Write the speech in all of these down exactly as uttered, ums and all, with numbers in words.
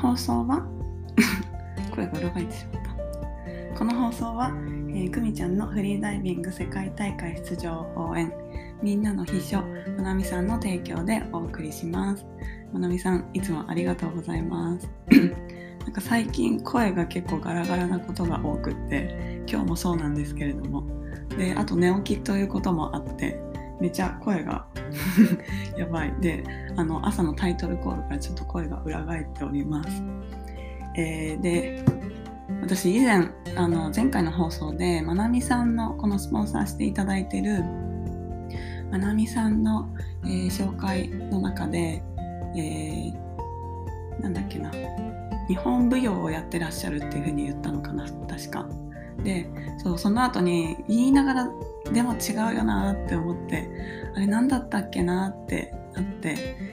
放送は声が裏返ってしまった。この放送は、えー、くみちゃんのフリーダイビング世界大会出場応援、みんなの秘書まなみさんの提供でお送りします。まなみさん、いつもありがとうございますなんか最近声が結構ガラガラなことが多くって、今日もそうなんですけれども、であと寝起きということもあってめちゃ声がやばいで、あの朝のタイトルコールからちょっと声が裏返っております。えー、で私以前あの前回の放送でまなみさんのこのスポンサーしていただいているまなみさんの、えー、紹介の中で、えー、なんだっけな日本舞踊をやってらっしゃるっていう風に言ったのかな、確かで、そうその後に言いながらでも違うよなって思って、あれ何だったっけなってなって、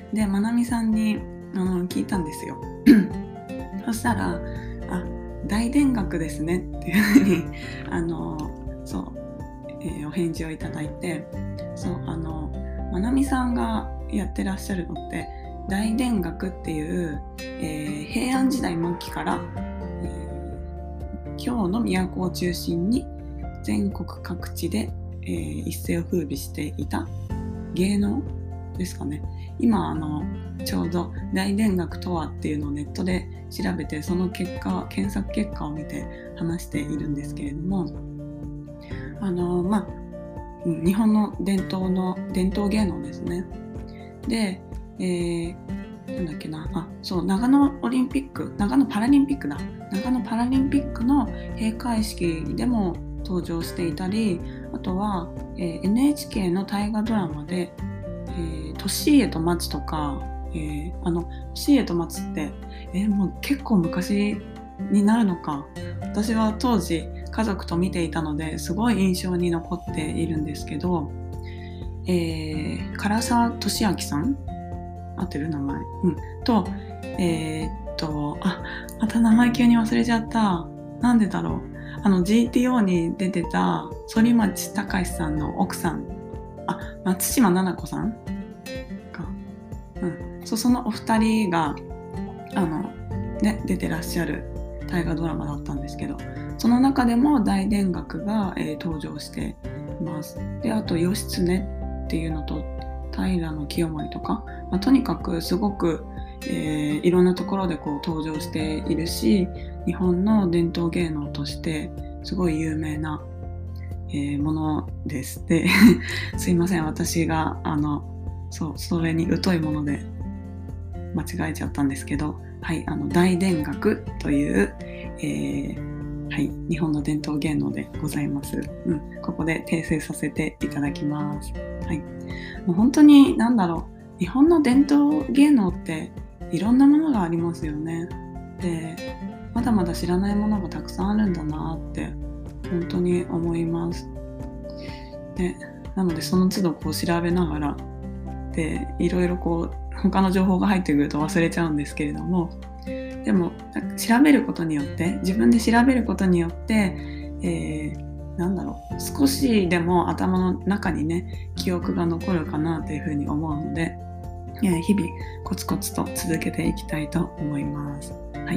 でまなみさんにあの聞いたんですよそしたら、あ、大田楽ですねっていうふうにあのそう、えー、お返事をいただいて、そうあのまなみさんがやってらっしゃるのって大田楽っていう、えー、平安時代末期から、えー、京の都を中心に全国各地で、えー、一世を風靡していた芸能ですかね。今あのちょうど大田楽とはっていうのをネットで調べて、その結果検索結果を見て話しているんですけれども、あのまあ日本の伝統の伝統芸能ですね。で、えー、なんだっけなあそう長野オリンピック長野パラリンピックだ長野パラリンピックの閉会式でも登場していたり、あとは、えー、エヌエイチケー の大河ドラマでえー、利家と松とか、えー、あの利家と松って、えー、もう結構昔になるのか。私は当時家族と見ていたのですごい印象に残っているんですけど、えー、唐沢寿明さん合ってる名前、うん、とえー、っとあまた名前急に忘れちゃった。なんでだろう。あの ジーティーオー に出てた反町隆史さんの奥さん、あ、松島菜々子さんか、うん、そうそのお二人があの、ね、出てらっしゃる大河ドラマだったんですけど、その中でも大田楽が、えー、登場しています。であと義経っていうのと平清盛とか、まあ、とにかくすごく、えー、いろんなところでこう登場しているし、日本の伝統芸能としてすごい有名なえー、ものです。ですいません、私があのそうそれに疎いもので間違えちゃったんですけど、はい、あの大田楽という、えーはい、日本の伝統芸能でございます。うん、ここで訂正させていただきます。はい、もう本当に何だろう、日本の伝統芸能っていろんなものがありますよね。で、まだまだ知らないものがたくさんあるんだなって本当に思います。で、なのでその都度こう調べながらでいろいろこう他の情報が入ってくると忘れちゃうんですけれども、でも調べることによって自分で調べることによって、えー、なんだろう少しでも頭の中にね記憶が残るかなというふうに思うので、えー、日々コツコツと続けていきたいと思います。はい、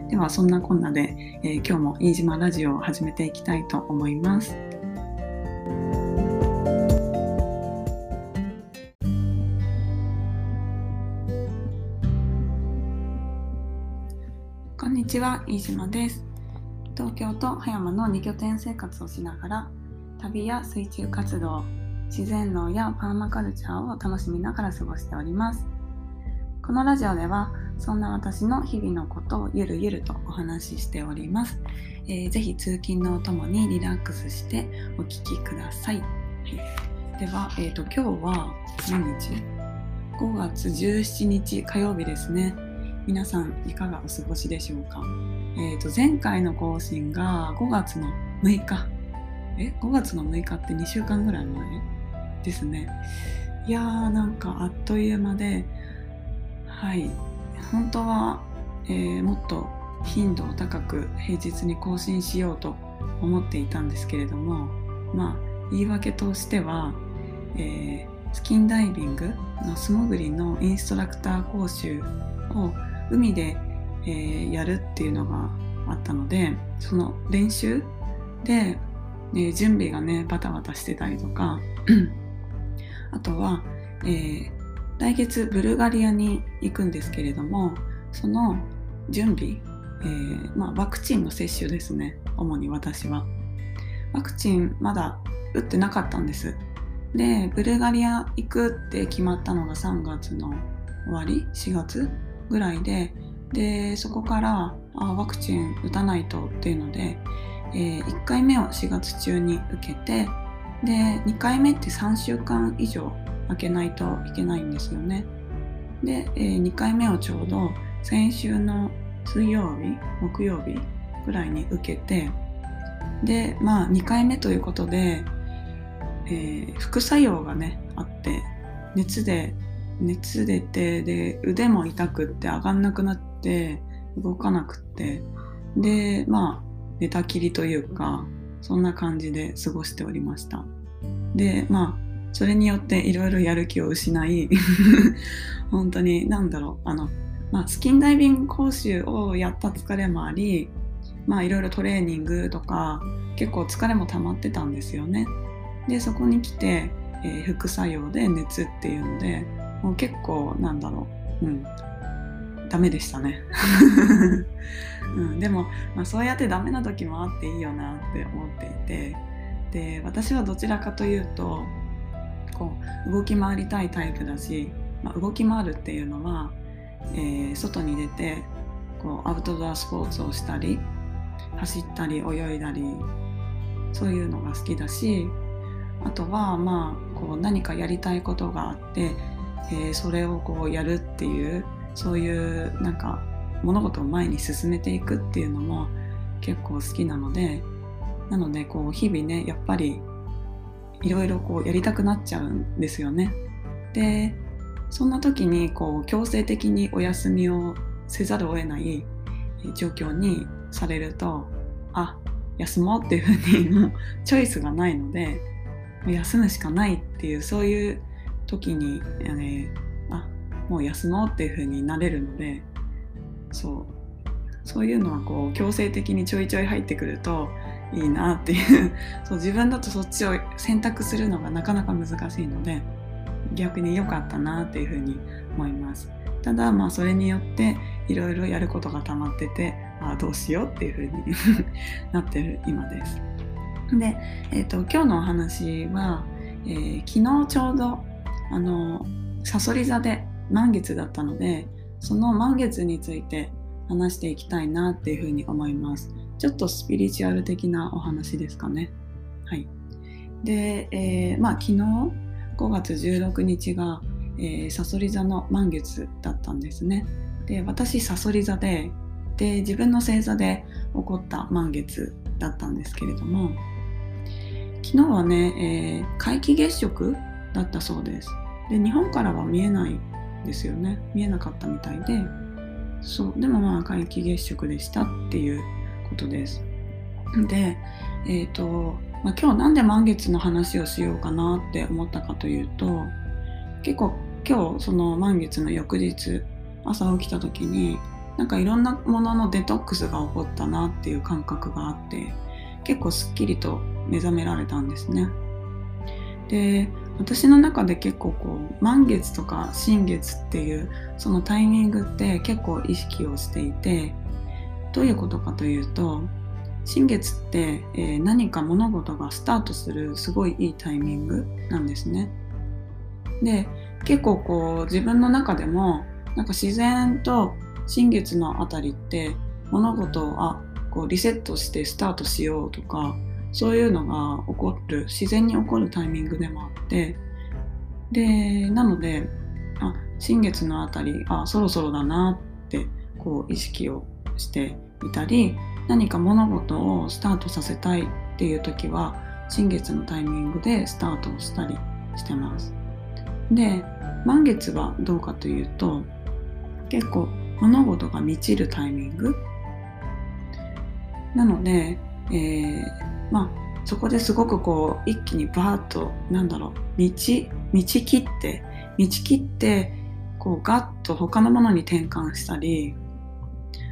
ではそんなこんなで、えー、今日も飯島ラジオを始めていきたいと思います。こんにちは、飯島です。東京と葉山のに拠点生活をしながら旅や水中活動、自然農やパーマカルチャーを楽しみながら過ごしております。このラジオではそんな私の日々のことをゆるゆるとお話ししております。えー、ぜひ通勤のお供にリラックスしてお聞きください。はい、では、えーと、今日は何日 ?ご 月じゅうしちにち火曜日ですね。皆さんいかがお過ごしでしょうか。えーと、前回の更新がごがつのむいか。え、ごがつのむいかってにしゅうかんぐらい前ですね。いやーなんかあっという間で、はい、本当は、えー、もっと頻度を高く平日に更新しようと思っていたんですけれども、まあ言い訳としては、えー、スキンダイビングの素潜りのインストラクター講習を海で、ええー、やるっていうのがあったので、その練習で、えー、準備がねバタバタしてたりとかあとは、えー、来月ブルガリアに行くんですけれども、その準備、えーまあ、ワクチンの接種ですね。主に私はワクチンまだ打ってなかったんです。でブルガリア行くって決まったのがさんがつの終わりしがつぐらいで、でそこからあワクチン打たないとっていうので、えー、いっかいめをしがつ中に受けて、でにかいめってさんしゅうかん以上空けないといけないんですよね。で、えー、にかいめをちょうど先週の水曜日木曜日ぐらいに受けて、でまあにかいめということで、えー、副作用がねあって、熱で熱出て、で腕も痛くって上がんなくなって動かなくって、でまあ寝たきりというかそんな感じで過ごしておりました。でまあそれによっていろいろやる気を失い本当に何だろうあの、まあ、スキンダイビング講習をやった疲れもあり、まあいろいろトレーニングとか結構疲れも溜まってたんですよね。でそこに来て、えー、副作用で熱っていうのでもう結構なんだろう、うん、ダメでしたね、うん、でも、まあ、そうやってダメな時もあっていいよなって思っていて、で私はどちらかというとこう動き回りたいタイプだし、まあ、動き回るっていうのは、えー、外に出てこうアウトドアスポーツをしたり走ったり泳いだりそういうのが好きだし、あとはまあこう何かやりたいことがあって、えー、それをこうやるっていうそういうなんか物事を前に進めていくっていうのも結構好きなので、なのでこう日々ねやっぱりいろいろこうやりたくなっちゃうんですよね。でそんな時にこう強制的にお休みをせざるを得ない状況にされると、あ休もうっていうふうにもうチョイスがないので休むしかないっていう、そういう時に、ね、あもう休もうっていう風になれるので、そうそういうのはこう強制的にちょいちょい入ってくるといいなっていうそう自分だとそっちを選択するのがなかなか難しいので逆に良かったなっていう風に思います。ただまあそれによっていろいろやることが溜まってて、あどうしようっていう風になってる今です。で、えーと、今日のお話は、えー、昨日ちょうどあのさそり座で満月だったので、その満月について話していきたいなっていうふうに思います。ちょっとスピリチュアル的なお話ですかね。はい。で、えー、まあ昨日ごがつじゅうろくにちが、えー、さそり座の満月だったんですね。で、私さそり座で、で自分の星座で起こった満月だったんですけれども、昨日はね、えー、皆既月食だったそうです。で、日本からは見えないですよね。見えなかったみたいで、そう、でもまあ皆既月食でしたっていうことです。で、えっと、まあ、今日なんで満月の話をしようかなって思ったかというと、結構今日その満月の翌日、朝起きた時に、なんかいろんなもののデトックスが起こったなっていう感覚があって、結構すっきりと目覚められたんですね。で、私の中で結構こう満月とか新月っていうそのタイミングって結構意識をしていて、どういうことかというと、新月って、えー、何か物事がスタートするすごいいいタイミングなんですね。で、結構こう自分の中でもなんか自然と新月のあたりって物事をあこうリセットしてスタートしようとか、そういうのが起こる自然に起こるタイミングでもあって、でなのであ新月のあたりあそろそろだなってこう意識をしていたり、何か物事をスタートさせたいっていう時は新月のタイミングでスタートをしたりしてます。で、満月はどうかというと、結構物事が満ちるタイミングなので、えー、まあそこですごくこう一気にバーッとなんだろう満ち満ち切って満ち切ってこうガッと他のものに転換したり、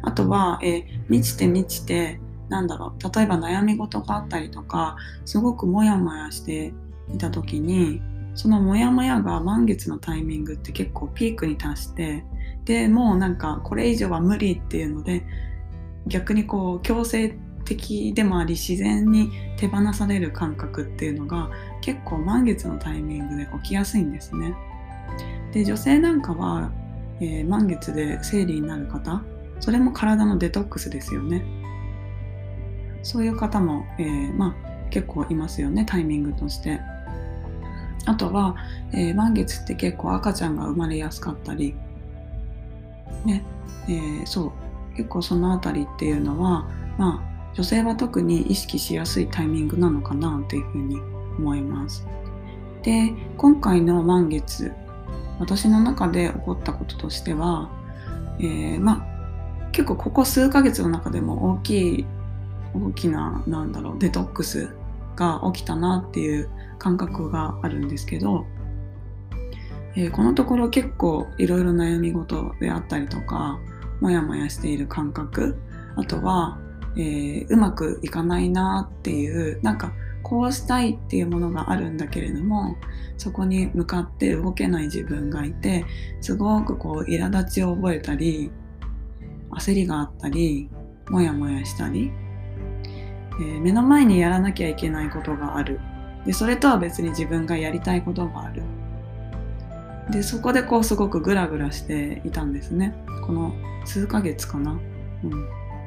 あとは、えー満ちて満ちて、なんだろう、例えば悩み事があったりとか、すごくモヤモヤしていた時に、そのモヤモヤが満月のタイミングって結構ピークに達して、でもうなんかこれ以上は無理っていうので、逆にこう強制的でもあり自然に手放される感覚っていうのが結構満月のタイミングで起きやすいんですね。で、女性なんかは、えー満月で生理になる方、それも体のデトックスですよね。そういう方も、えーまあ、結構いますよね、タイミングとして。あとは、えー満月って結構赤ちゃんが生まれやすかったり、ね、えーそう、結構そのあたりっていうのは、まあ、女性は特に意識しやすいタイミングなのかなっていうふうに思います。で、今回の満月、私の中で起こったこととしては、えーまあ、結構ここ数ヶ月の中でも大きい、大きな、なんだろう、デトックスが起きたなっていう感覚があるんですけど、えーこのところ結構いろいろ悩み事であったりとか、もやもやしている感覚、あとは、えーうまくいかないなっていう、なんかこうしたいっていうものがあるんだけれども、そこに向かって動けない自分がいて、すごくこう苛立ちを覚えたり、焦りがあったり、もやもやしたり、えー目の前にやらなきゃいけないことがある。で、それとは別に自分がやりたいことがある。で、そこでこうすごくグラグラしていたんですね。この数ヶ月かな。うん、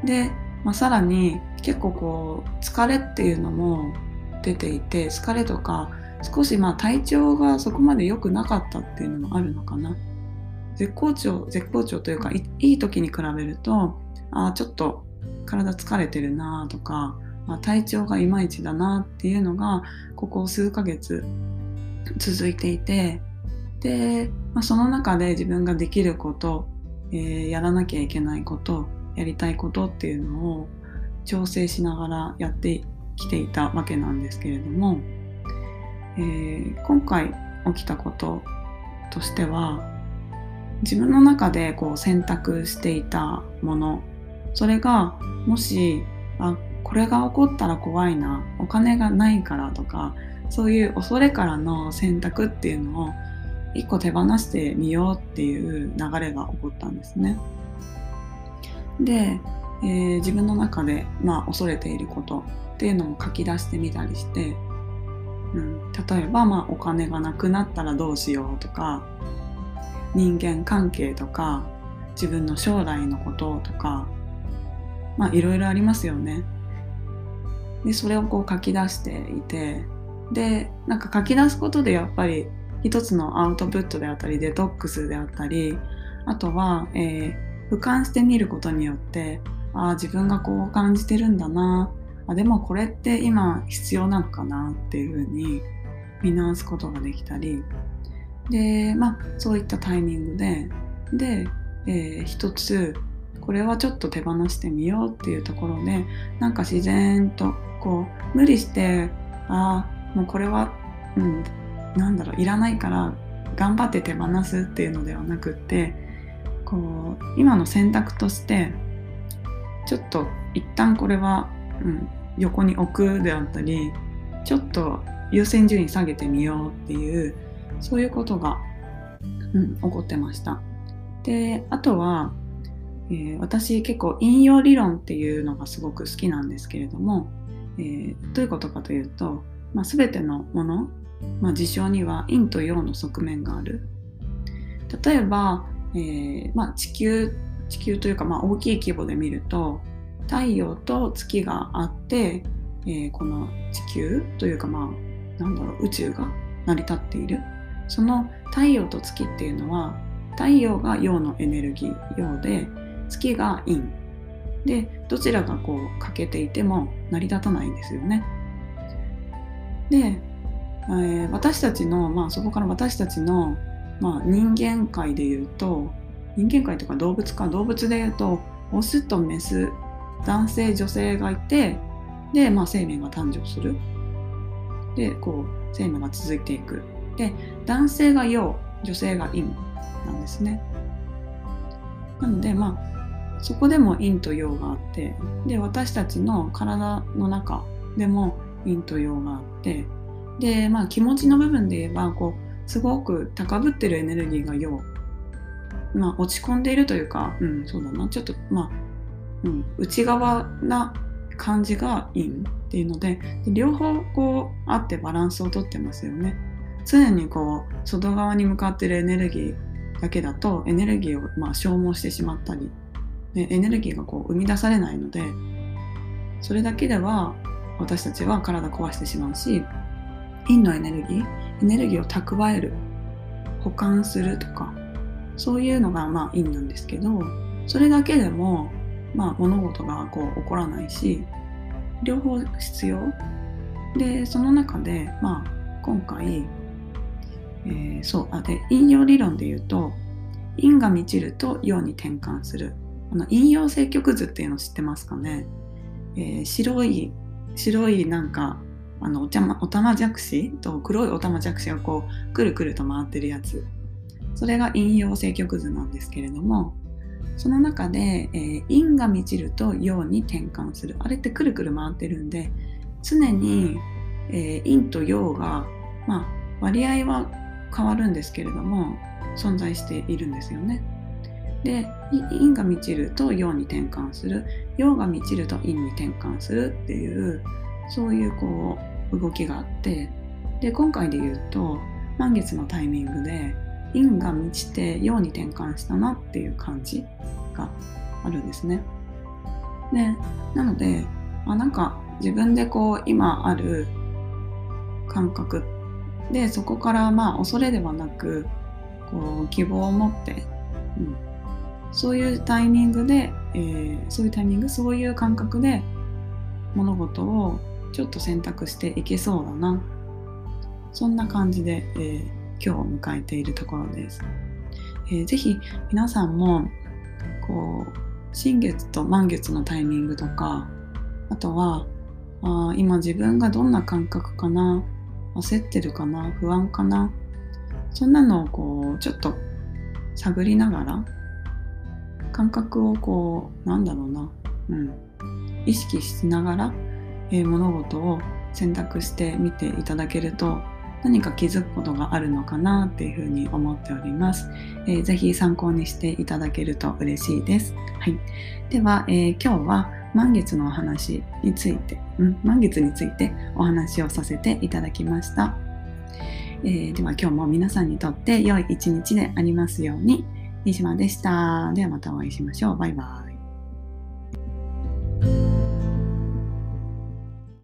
で、まあ、さらに結構こう疲れっていうのも出ていて、疲れとか少しまあ体調がそこまで良くなかったっていうのもあるのかな。絶好調、絶好調というか、いいい時に比べると、あーちょっと体疲れてるなとか、まあ、体調がいまいちだなっていうのがここ数ヶ月続いていて、で、まあ、その中で自分ができること、えーやらなきゃいけないこと、やりたいことっていうのを調整しながらやってきていたわけなんですけれども、えー今回起きたこととしては、自分の中でこう選択していたもの、それがもし、あ、これが起こったら怖いな、お金がないからとか、そういう恐れからの選択っていうのを一個手放してみようっていう流れが起こったんですね。で、えー自分の中で、まあ、恐れていることっていうのも書き出してみたりして、うん、例えば、まあ、お金がなくなったらどうしようとか、人間関係とか、自分の将来のこととか、まあいろいろありますよね。で、それをこう書き出していて、で、なんか書き出すことでやっぱり一つのアウトプットであったり、デトックスであったり、あとは、えー俯瞰してみることによって、ああ、自分がこう感じてるんだな、あ、でもこれって今必要なのかなっていうふうに見直すことができたり、で、まあ、そういったタイミングで、で、えー一つ、これはちょっと手放してみようっていうところで、なんか自然と、こう、無理して、ああ、もうこれは、うん、なんだろう、いらないから頑張って手放すっていうのではなくって、こう、今の選択として、ちょっと一旦これは、うん、横に置くであったり、ちょっと優先順位下げてみようっていう、そういうことが、うん、起こってました。で、あとは、えー私結構引用理論っていうのがすごく好きなんですけれども、えーどういうことかというと、まあ、全てのもの、まあ、事象には陰と陽の側面がある。例えば、えーまあ、地球地球というか、まあ、大きい規模で見ると太陽と月があって、えーこの地球というか、まあ、なんだろう、宇宙が成り立っている。その太陽と月っていうのは、太陽が陽のエネルギー、陽で、月が陰で、どちらがこう欠けていても成り立たないんですよね。で、えー私たちの、まあ、そこから私たちの、まあ、人間界でいうと、人間界というか動物か、動物でいうと、オスとメス、男性女性がいて、で、まあ、生命が誕生する。で、こう生命が続いていく。で、男性が陽、女性が陰なんですね。なので、まあ、 そこでも陰と陽があって、で私たちの体の中でも陰と陽があって、で、まあ、気持ちの部分で言えばこうすごく高ぶってるエネルギーが陽、まあ、落ち込んでいるというか、うん、そうだな、ちょっとまあ、うん、内側な感じが陰っていうので、で両方こうあってバランスをとってますよね。常にこう外側に向かってるエネルギーだけだとエネルギーをまあ消耗してしまったり、でエネルギーがこう生み出されないので、それだけでは私たちは体壊してしまうし、陰のエネルギーエネルギーを蓄える、保管するとか、そういうのがまあ陰なんですけど、それだけでもまあ物事がこう起こらないし、両方必要で、その中でまあ今回、えー、そうあで陰陽理論で言うと、陰が満ちると陽に転換する、あの陰陽正極図っていうの知ってますかね。えー、白い白いなんかあのおたま、おたまじゃくしと黒いおたまじゃくしがこうくるくると回ってるやつ、それが陰陽正極図なんですけれども、その中で、えー、陰が満ちると陽に転換する、あれってくるくる回ってるんで、常に、えー、陰と陽が、まあ、割合は変わるんですけれども存在しているんですよね。で、陰が満ちると陽に転換する、陽が満ちると陰に転換するっていう、そういうこう動きがあって、で今回で言うと満月のタイミングで陰が満ちて陽に転換したなっていう感じがあるんですね。でなので、あ、なんか自分でこう今ある感覚で、そこからまあ恐れではなくこう希望を持って、うん、そういうタイミングで、えー、そういうタイミングそういう感覚で物事をちょっと選択していけそうだな、そんな感じで、えー、今日を迎えているところです。えー、ぜひ皆さんもこう新月と満月のタイミングとか、あとはあ今自分がどんな感覚かな、焦ってるかな、不安かな、そんなのをこうちょっと探りながら、感覚をこうなんだろうな、うん、意識しながら、えー、物事を選択してみていただけると、何か気づくことがあるのかなっていうふうに思っております。えー、ぜひ参考にしていただけると嬉しいです。はい、では、えー、今日は満月のお話について、うん、満月についてお話をさせていただきました。えー、では今日も皆さんにとって良い一日でありますように。飯島でした。ではまたお会いしましょう。バイバイ。